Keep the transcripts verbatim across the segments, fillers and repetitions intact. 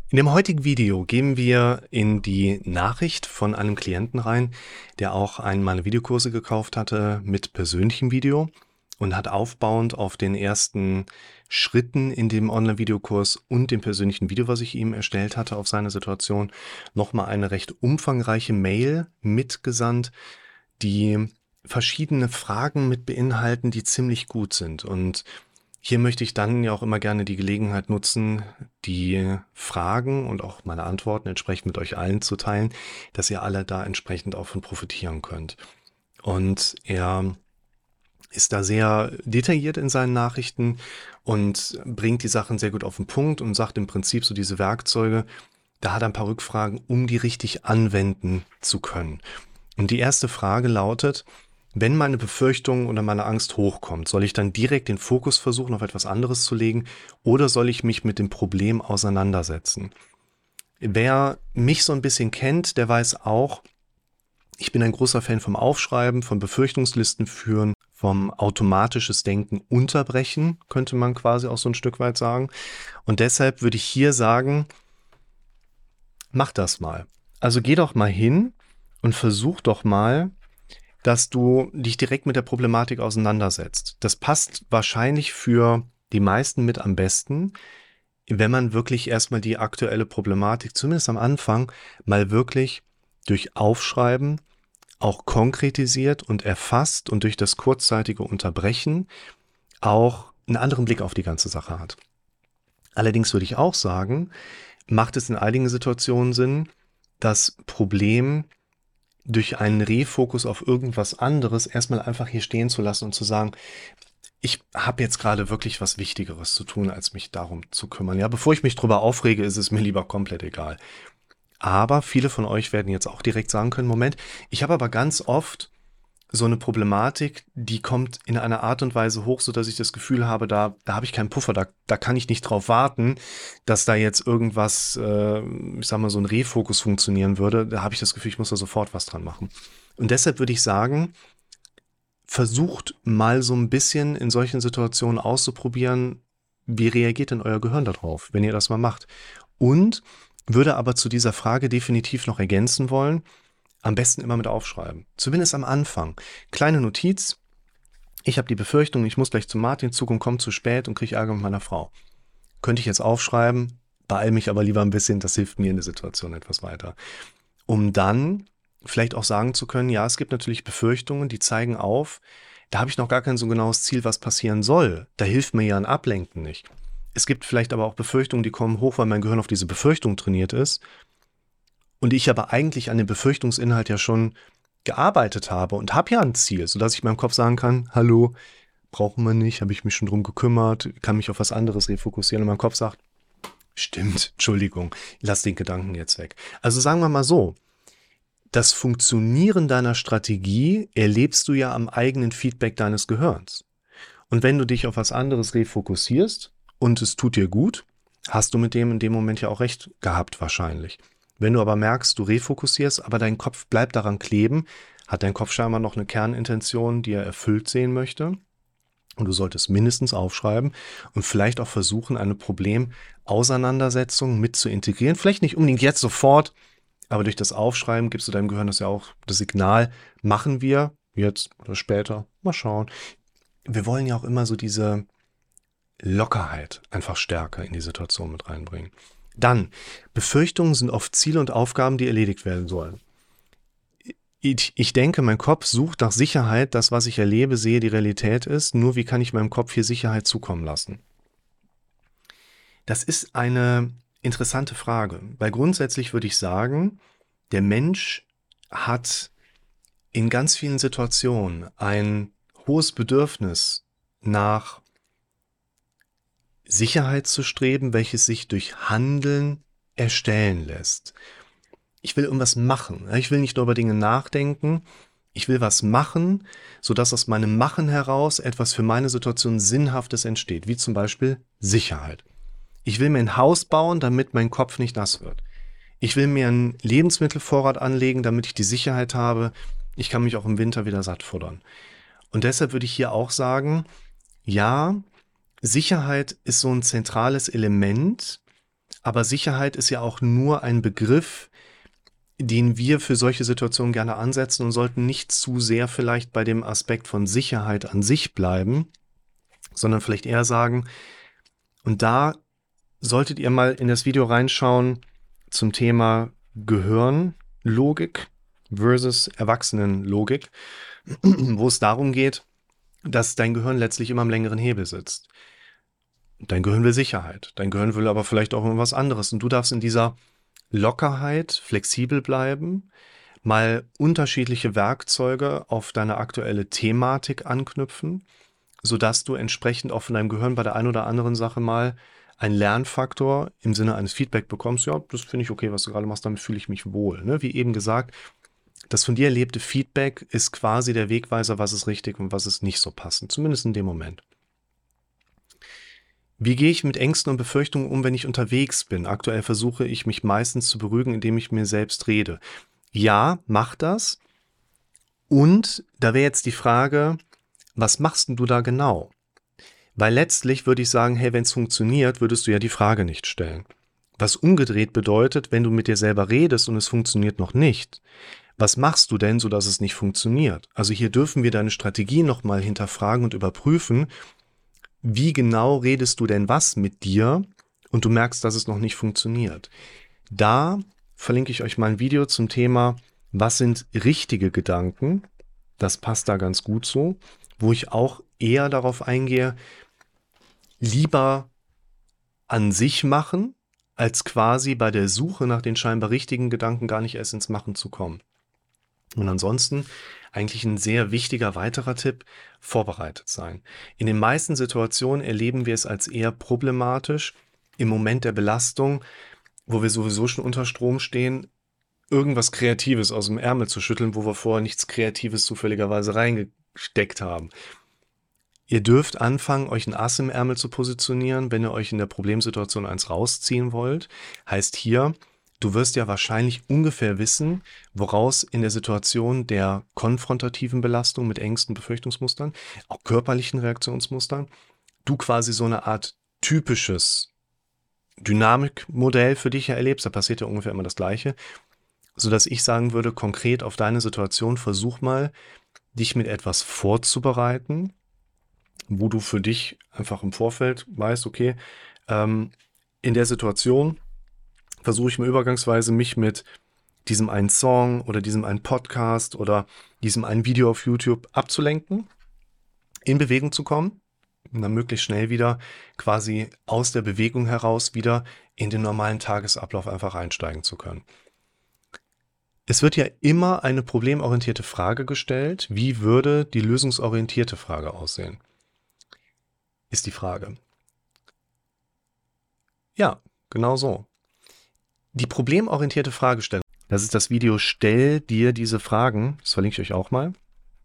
In dem heutigen Video gehen wir in die Nachricht von einem Klienten rein, der auch einen meiner Videokurse gekauft hatte mit persönlichem Video und hat aufbauend auf den ersten Schritten in dem Online-Videokurs und dem persönlichen Video, was ich ihm erstellt hatte auf seine Situation, nochmal eine recht umfangreiche Mail mitgesandt, die verschiedene Fragen mit beinhalten, die ziemlich gut sind. Und hier möchte ich dann ja auch immer gerne die Gelegenheit nutzen, die Fragen und auch meine Antworten entsprechend mit euch allen zu teilen, dass ihr alle da entsprechend auch von profitieren könnt. Und er ist da sehr detailliert in seinen Nachrichten und bringt die Sachen sehr gut auf den Punkt und sagt im Prinzip so diese Werkzeuge, da hat er ein paar Rückfragen, um die richtig anwenden zu können. Und die erste Frage lautet: Wenn meine Befürchtung oder meine Angst hochkommt, soll ich dann direkt den Fokus versuchen, auf etwas anderes zu legen, oder soll ich mich mit dem Problem auseinandersetzen? Wer mich so ein bisschen kennt, der weiß auch, ich bin ein großer Fan vom Aufschreiben, von Befürchtungslisten führen, vom automatisches Denken unterbrechen, könnte man quasi auch so ein Stück weit sagen. Und deshalb würde ich hier sagen, mach das mal. Also geh doch mal hin und versuch doch mal, dass du dich direkt mit der Problematik auseinandersetzt. Das passt wahrscheinlich für die meisten mit am besten, wenn man wirklich erstmal die aktuelle Problematik, zumindest am Anfang, mal wirklich durch Aufschreiben auch konkretisiert und erfasst und durch das kurzzeitige Unterbrechen auch einen anderen Blick auf die ganze Sache hat. Allerdings würde ich auch sagen, macht es in einigen Situationen Sinn, das Problem durch einen Refokus auf irgendwas anderes erstmal einfach hier stehen zu lassen und zu sagen, ich habe jetzt gerade wirklich was Wichtigeres zu tun, als mich darum zu kümmern. Ja, bevor ich mich drüber aufrege, ist es mir lieber komplett egal. Aber viele von euch werden jetzt auch direkt sagen können, Moment, ich habe aber ganz oft so eine Problematik, die kommt in einer Art und Weise hoch, so dass ich das Gefühl habe, da, da habe ich keinen Puffer, da, da kann ich nicht drauf warten, dass da jetzt irgendwas, äh, ich sag mal, so ein Refokus funktionieren würde. Da habe ich das Gefühl, ich muss da sofort was dran machen. Und deshalb würde ich sagen, versucht mal so ein bisschen in solchen Situationen auszuprobieren, wie reagiert denn euer Gehirn darauf, wenn ihr das mal macht. Und würde aber zu dieser Frage definitiv noch ergänzen wollen, am besten immer mit aufschreiben. Zumindest am Anfang. Kleine Notiz. Ich habe die Befürchtung, ich muss gleich zum Martinszug und komme zu spät und kriege Ärger mit meiner Frau. Könnte ich jetzt aufschreiben, beeil mich aber lieber ein bisschen, das hilft mir in der Situation etwas weiter. Um dann vielleicht auch sagen zu können, ja, es gibt natürlich Befürchtungen, die zeigen auf, da habe ich noch gar kein so genaues Ziel, was passieren soll. Da hilft mir ja ein Ablenken nicht. Es gibt vielleicht aber auch Befürchtungen, die kommen hoch, weil mein Gehirn auf diese Befürchtung trainiert ist. Und ich aber eigentlich an dem Befürchtungsinhalt ja schon gearbeitet habe und habe ja ein Ziel, sodass ich meinem Kopf sagen kann, hallo, brauchen wir nicht, habe ich mich schon drum gekümmert, kann mich auf was anderes refokussieren. Und mein Kopf sagt, stimmt, Entschuldigung, lass den Gedanken jetzt weg. Also sagen wir mal so, das Funktionieren deiner Strategie erlebst du ja am eigenen Feedback deines Gehirns. Und wenn du dich auf was anderes refokussierst und es tut dir gut, hast du mit dem in dem Moment ja auch recht gehabt wahrscheinlich. Wenn du aber merkst, du refokussierst, aber dein Kopf bleibt daran kleben, hat dein Kopf scheinbar noch eine Kernintention, die er erfüllt sehen möchte. Und du solltest mindestens aufschreiben und vielleicht auch versuchen, eine Problemauseinandersetzung mit zu integrieren. Vielleicht nicht unbedingt jetzt sofort, aber durch das Aufschreiben gibst du deinem Gehirn das ja auch das Signal, machen wir jetzt oder später, mal schauen. Wir wollen ja auch immer so diese Lockerheit einfach stärker in die Situation mit reinbringen. Dann, Befürchtungen sind oft Ziele und Aufgaben, die erledigt werden sollen. Ich, ich denke, mein Kopf sucht nach Sicherheit, das, was ich erlebe, sehe, die Realität ist. Nur wie kann ich meinem Kopf hier Sicherheit zukommen lassen? Das ist eine interessante Frage, weil grundsätzlich würde ich sagen, der Mensch hat in ganz vielen Situationen ein hohes Bedürfnis nach Sicherheit zu streben, welches sich durch Handeln erstellen lässt. Ich will irgendwas machen. Ich will nicht nur über Dinge nachdenken. Ich will was machen, sodass aus meinem Machen heraus etwas für meine Situation Sinnhaftes entsteht, wie zum Beispiel Sicherheit. Ich will mir ein Haus bauen, damit mein Kopf nicht nass wird. Ich will mir einen Lebensmittelvorrat anlegen, damit ich die Sicherheit habe, ich kann mich auch im Winter wieder satt futtern. Und deshalb würde ich hier auch sagen, ja, Sicherheit ist so ein zentrales Element, Aber Sicherheit ist ja auch nur ein Begriff, den wir für solche Situationen gerne ansetzen und sollten nicht zu sehr vielleicht bei dem Aspekt von Sicherheit an sich bleiben, sondern vielleicht eher sagen, und da solltet ihr mal in das Video reinschauen zum Thema Gehirnlogik versus Erwachsenenlogik, wo es darum geht, dass dein Gehirn letztlich immer am längeren Hebel sitzt. Dein Gehirn will Sicherheit, dein Gehirn will aber vielleicht auch irgendwas anderes und du darfst in dieser Lockerheit flexibel bleiben, mal unterschiedliche Werkzeuge auf deine aktuelle Thematik anknüpfen, sodass du entsprechend auch von deinem Gehirn bei der einen oder anderen Sache mal einen Lernfaktor im Sinne eines Feedback bekommst. Ja, das finde ich okay, was du gerade machst, damit fühle ich mich wohl. Ne? Wie eben gesagt, das von dir erlebte Feedback ist quasi der Wegweiser, was ist richtig und was ist nicht so passend, zumindest in dem Moment. Wie gehe ich mit Ängsten und Befürchtungen um, wenn ich unterwegs bin? Aktuell versuche ich mich meistens zu beruhigen, indem ich mir selbst rede. Ja, mach das. Und da wäre jetzt die Frage, was machst denn du da genau? Weil letztlich würde ich sagen, hey, wenn es funktioniert, würdest du ja die Frage nicht stellen. Was umgedreht bedeutet, wenn du mit dir selber redest und es funktioniert noch nicht, was machst du denn, sodass es nicht funktioniert? Also hier dürfen wir deine Strategie nochmal hinterfragen und überprüfen, wie genau redest du denn was mit dir und du merkst, dass es noch nicht funktioniert. Da verlinke ich euch mal ein Video zum Thema, was sind richtige Gedanken? Das passt da ganz gut so, wo ich auch eher darauf eingehe, lieber an sich machen, als quasi bei der Suche nach den scheinbar richtigen Gedanken gar nicht erst ins Machen zu kommen. Und ansonsten eigentlich ein sehr wichtiger weiterer Tipp, vorbereitet sein. In den meisten Situationen erleben wir es als eher problematisch, im Moment der Belastung, wo wir sowieso schon unter Strom stehen, irgendwas Kreatives aus dem Ärmel zu schütteln, wo wir vorher nichts Kreatives zufälligerweise reingesteckt haben. Ihr dürft anfangen, euch ein Ass im Ärmel zu positionieren, wenn ihr euch in der Problemsituation eins rausziehen wollt. Heißt hier, du wirst ja wahrscheinlich ungefähr wissen, woraus in der Situation der konfrontativen Belastung mit Ängsten, Befürchtungsmustern, auch körperlichen Reaktionsmustern, du quasi so eine Art typisches Dynamikmodell für dich ja erlebst. Da passiert ja ungefähr immer das Gleiche. Sodass ich sagen würde, konkret auf deine Situation, versuch mal, dich mit etwas vorzubereiten, wo du für dich einfach im Vorfeld weißt, okay, ähm, in der Situation versuche ich mir übergangsweise mich mit diesem einen Song oder diesem einen Podcast oder diesem einen Video auf YouTube abzulenken, in Bewegung zu kommen und dann möglichst schnell wieder quasi aus der Bewegung heraus wieder in den normalen Tagesablauf einfach einsteigen zu können. Es wird ja immer eine problemorientierte Frage gestellt. Wie würde die lösungsorientierte Frage aussehen? Ist die Frage. Ja, genau so. Die problemorientierte Fragestellung, das ist das Video Stell dir diese Fragen, das verlinke ich euch auch mal.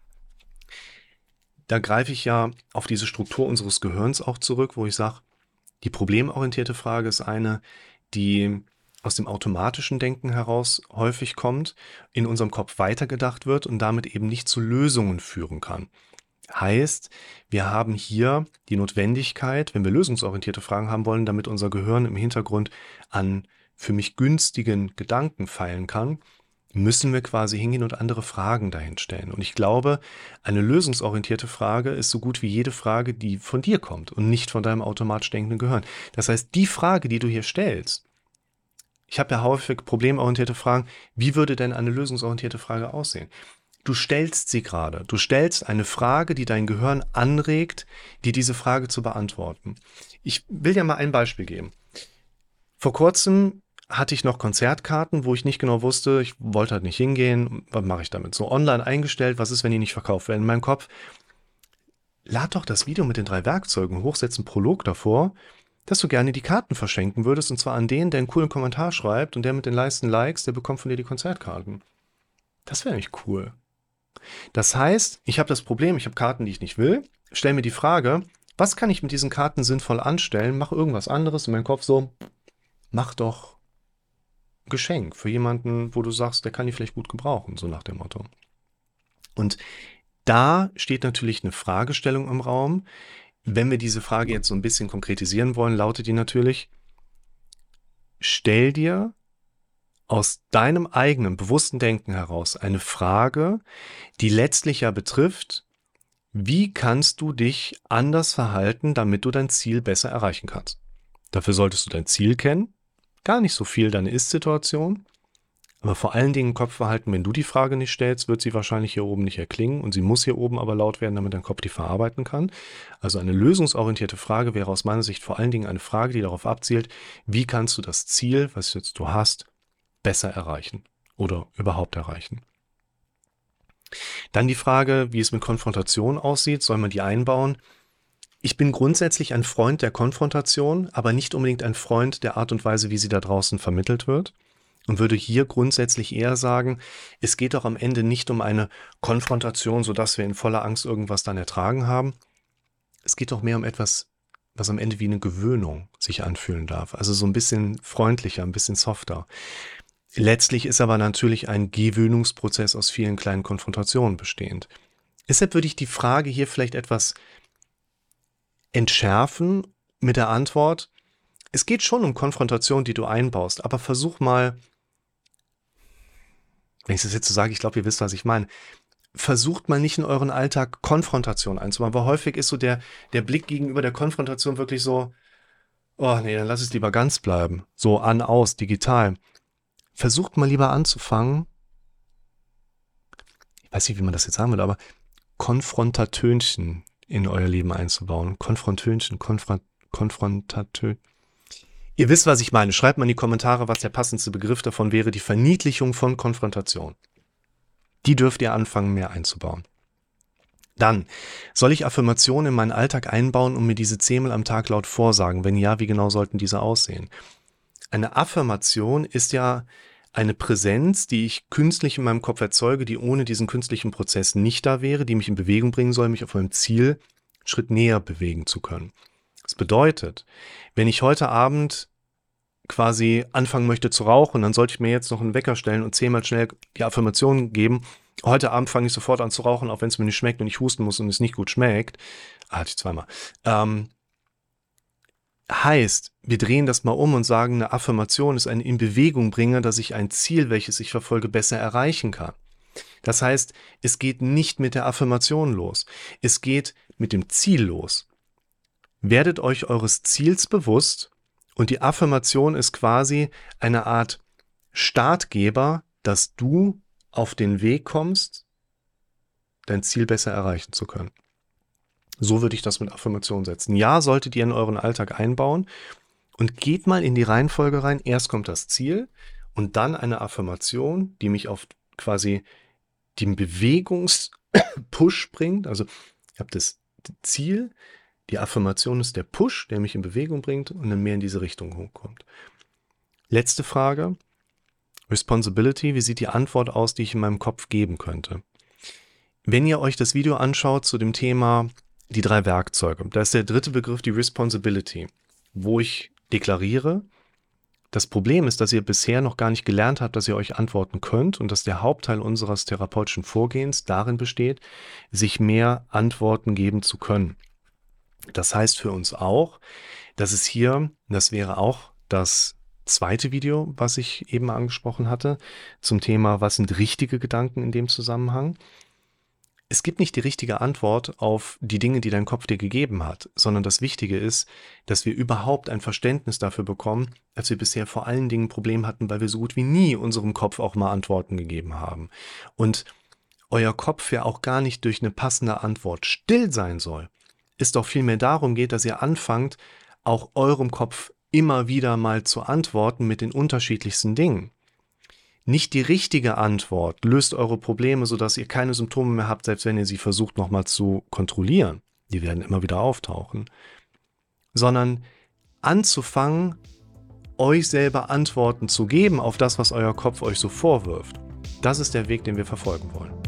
Da greife ich ja auf diese Struktur unseres Gehirns auch zurück, wo ich sage, die problemorientierte Frage ist eine, die aus dem automatischen Denken heraus häufig kommt, in unserem Kopf weitergedacht wird und damit eben nicht zu Lösungen führen kann. Heißt, wir haben hier die Notwendigkeit, wenn wir lösungsorientierte Fragen haben wollen, damit unser Gehirn im Hintergrund an für mich günstigen Gedanken feilen kann, müssen wir quasi hingehen und andere Fragen dahin stellen. Und ich glaube, eine lösungsorientierte Frage ist so gut wie jede Frage, die von dir kommt und nicht von deinem automatisch denkenden Gehirn. Das heißt, die Frage, die du hier stellst, ich habe ja häufig problemorientierte Fragen, wie würde denn eine lösungsorientierte Frage aussehen? Du stellst sie gerade. Du stellst eine Frage, die dein Gehirn anregt, dir diese Frage zu beantworten. Ich will dir mal ein Beispiel geben. Vor kurzem hatte ich noch Konzertkarten, wo ich nicht genau wusste, ich wollte halt nicht hingehen, was mache ich damit? So online eingestellt, was ist, wenn die nicht verkauft werden? In meinem Kopf, lad doch das Video mit den drei Werkzeugen hoch, setz einen Prolog davor, dass du gerne die Karten verschenken würdest, und zwar an den, der einen coolen Kommentar schreibt und der mit den meisten Likes, der bekommt von dir die Konzertkarten. Das wäre nicht cool. Das heißt, ich habe das Problem, ich habe Karten, die ich nicht will, stelle mir die Frage, was kann ich mit diesen Karten sinnvoll anstellen, mach irgendwas anderes, in meinem Kopf so, mach doch ein Geschenk für jemanden, wo du sagst, der kann die vielleicht gut gebrauchen, so nach dem Motto. Und da steht natürlich eine Fragestellung im Raum. Wenn wir diese Frage jetzt so ein bisschen konkretisieren wollen, lautet die natürlich, stell dir aus deinem eigenen bewussten Denken heraus eine Frage, die letztlich ja betrifft, wie kannst du dich anders verhalten, damit du dein Ziel besser erreichen kannst. Dafür solltest du dein Ziel kennen, gar nicht so viel deine Ist-Situation, aber vor allen Dingen im Kopf behalten, wenn du die Frage nicht stellst, wird sie wahrscheinlich hier oben nicht erklingen und sie muss hier oben aber laut werden, damit dein Kopf die verarbeiten kann. Also eine lösungsorientierte Frage wäre aus meiner Sicht vor allen Dingen eine Frage, die darauf abzielt, wie kannst du das Ziel, was jetzt du hast, besser erreichen oder überhaupt erreichen. Dann die Frage, wie es mit Konfrontation aussieht, soll man die einbauen? Ich bin grundsätzlich ein Freund der Konfrontation, aber nicht unbedingt ein Freund der Art und Weise, wie sie da draußen vermittelt wird. Und würde hier grundsätzlich eher sagen, es geht doch am Ende nicht um eine Konfrontation, sodass wir in voller Angst irgendwas dann ertragen haben. Es geht doch mehr um etwas, was am Ende wie eine Gewöhnung sich anfühlen darf. Also so ein bisschen freundlicher, ein bisschen softer. Letztlich ist aber natürlich ein Gewöhnungsprozess aus vielen kleinen Konfrontationen bestehend. Deshalb würde ich die Frage hier vielleicht etwas entschärfen mit der Antwort, es geht schon um Konfrontation, die du einbaust, aber versuch mal, wenn ich das jetzt so sage, ich glaube, ihr wisst, was ich meine, versucht mal nicht in euren Alltag Konfrontation einzubauen, weil häufig ist so der, der Blick gegenüber der Konfrontation wirklich so, oh nee, dann lass es lieber ganz bleiben, so an, aus, digital. Versucht mal lieber anzufangen, ich weiß nicht, wie man das jetzt sagen will, aber Konfrontatönchen in euer Leben einzubauen. Konfrontönchen, Konfront, Konfrontatö. Ihr wisst, was ich meine. Schreibt mal in die Kommentare, was der passendste Begriff davon wäre, die Verniedlichung von Konfrontation. Die dürft ihr anfangen, mehr einzubauen. Dann, soll ich Affirmationen in meinen Alltag einbauen und mir diese zehnmal am Tag laut vorsagen? Wenn ja, wie genau sollten diese aussehen? Eine Affirmation ist ja eine Präsenz, die ich künstlich in meinem Kopf erzeuge, die ohne diesen künstlichen Prozess nicht da wäre, die mich in Bewegung bringen soll, mich auf meinem Ziel einen Schritt näher bewegen zu können. Das bedeutet, wenn ich heute Abend quasi anfangen möchte zu rauchen, dann sollte ich mir jetzt noch einen Wecker stellen und zehnmal schnell die Affirmation geben. Heute Abend fange ich sofort an zu rauchen, auch wenn es mir nicht schmeckt und ich husten muss und es nicht gut schmeckt. Ah, hatte ich zweimal. Ähm, heißt, wir drehen das mal um und sagen, eine Affirmation ist ein in Bewegung bringer, dass ich ein Ziel, welches ich verfolge, besser erreichen kann. Das heißt, es geht nicht mit der Affirmation los. Es geht mit dem Ziel los. Werdet euch eures Ziels bewusst und die Affirmation ist quasi eine Art Startgeber, dass du auf den Weg kommst, dein Ziel besser erreichen zu können. So würde ich das mit Affirmation setzen. Ja, solltet ihr in euren Alltag einbauen und geht mal in die Reihenfolge rein. Erst kommt das Ziel und dann eine Affirmation, die mich auf quasi den Bewegungspush bringt. Also ich habe das Ziel, die Affirmation ist der Push, der mich in Bewegung bringt und dann mehr in diese Richtung hochkommt. Letzte Frage. Responsibility. Wie sieht die Antwort aus, die ich in meinem Kopf geben könnte? Wenn ihr euch das Video anschaut zu dem Thema die drei Werkzeuge, da ist der dritte Begriff die Responsibility, wo ich deklariere, das Problem ist, dass ihr bisher noch gar nicht gelernt habt, dass ihr euch antworten könnt und dass der Hauptteil unseres therapeutischen Vorgehens darin besteht, sich mehr Antworten geben zu können. Das heißt für uns auch, dass es hier, das wäre auch das zweite Video, was ich eben angesprochen hatte, zum Thema, was sind richtige Gedanken in dem Zusammenhang. Es gibt nicht die richtige Antwort auf die Dinge, die dein Kopf dir gegeben hat, sondern das Wichtige ist, dass wir überhaupt ein Verständnis dafür bekommen, dass wir bisher vor allen Dingen ein Problem hatten, weil wir so gut wie nie unserem Kopf auch mal Antworten gegeben haben. Und euer Kopf ja auch gar nicht durch eine passende Antwort still sein soll. Es doch vielmehr darum geht, dass ihr anfangt, auch eurem Kopf immer wieder mal zu antworten mit den unterschiedlichsten Dingen. Nicht die richtige Antwort löst eure Probleme, sodass ihr keine Symptome mehr habt, selbst wenn ihr sie versucht nochmal zu kontrollieren. Die werden immer wieder auftauchen. Sondern anzufangen, euch selber Antworten zu geben auf das, was euer Kopf euch so vorwirft. Das ist der Weg, den wir verfolgen wollen.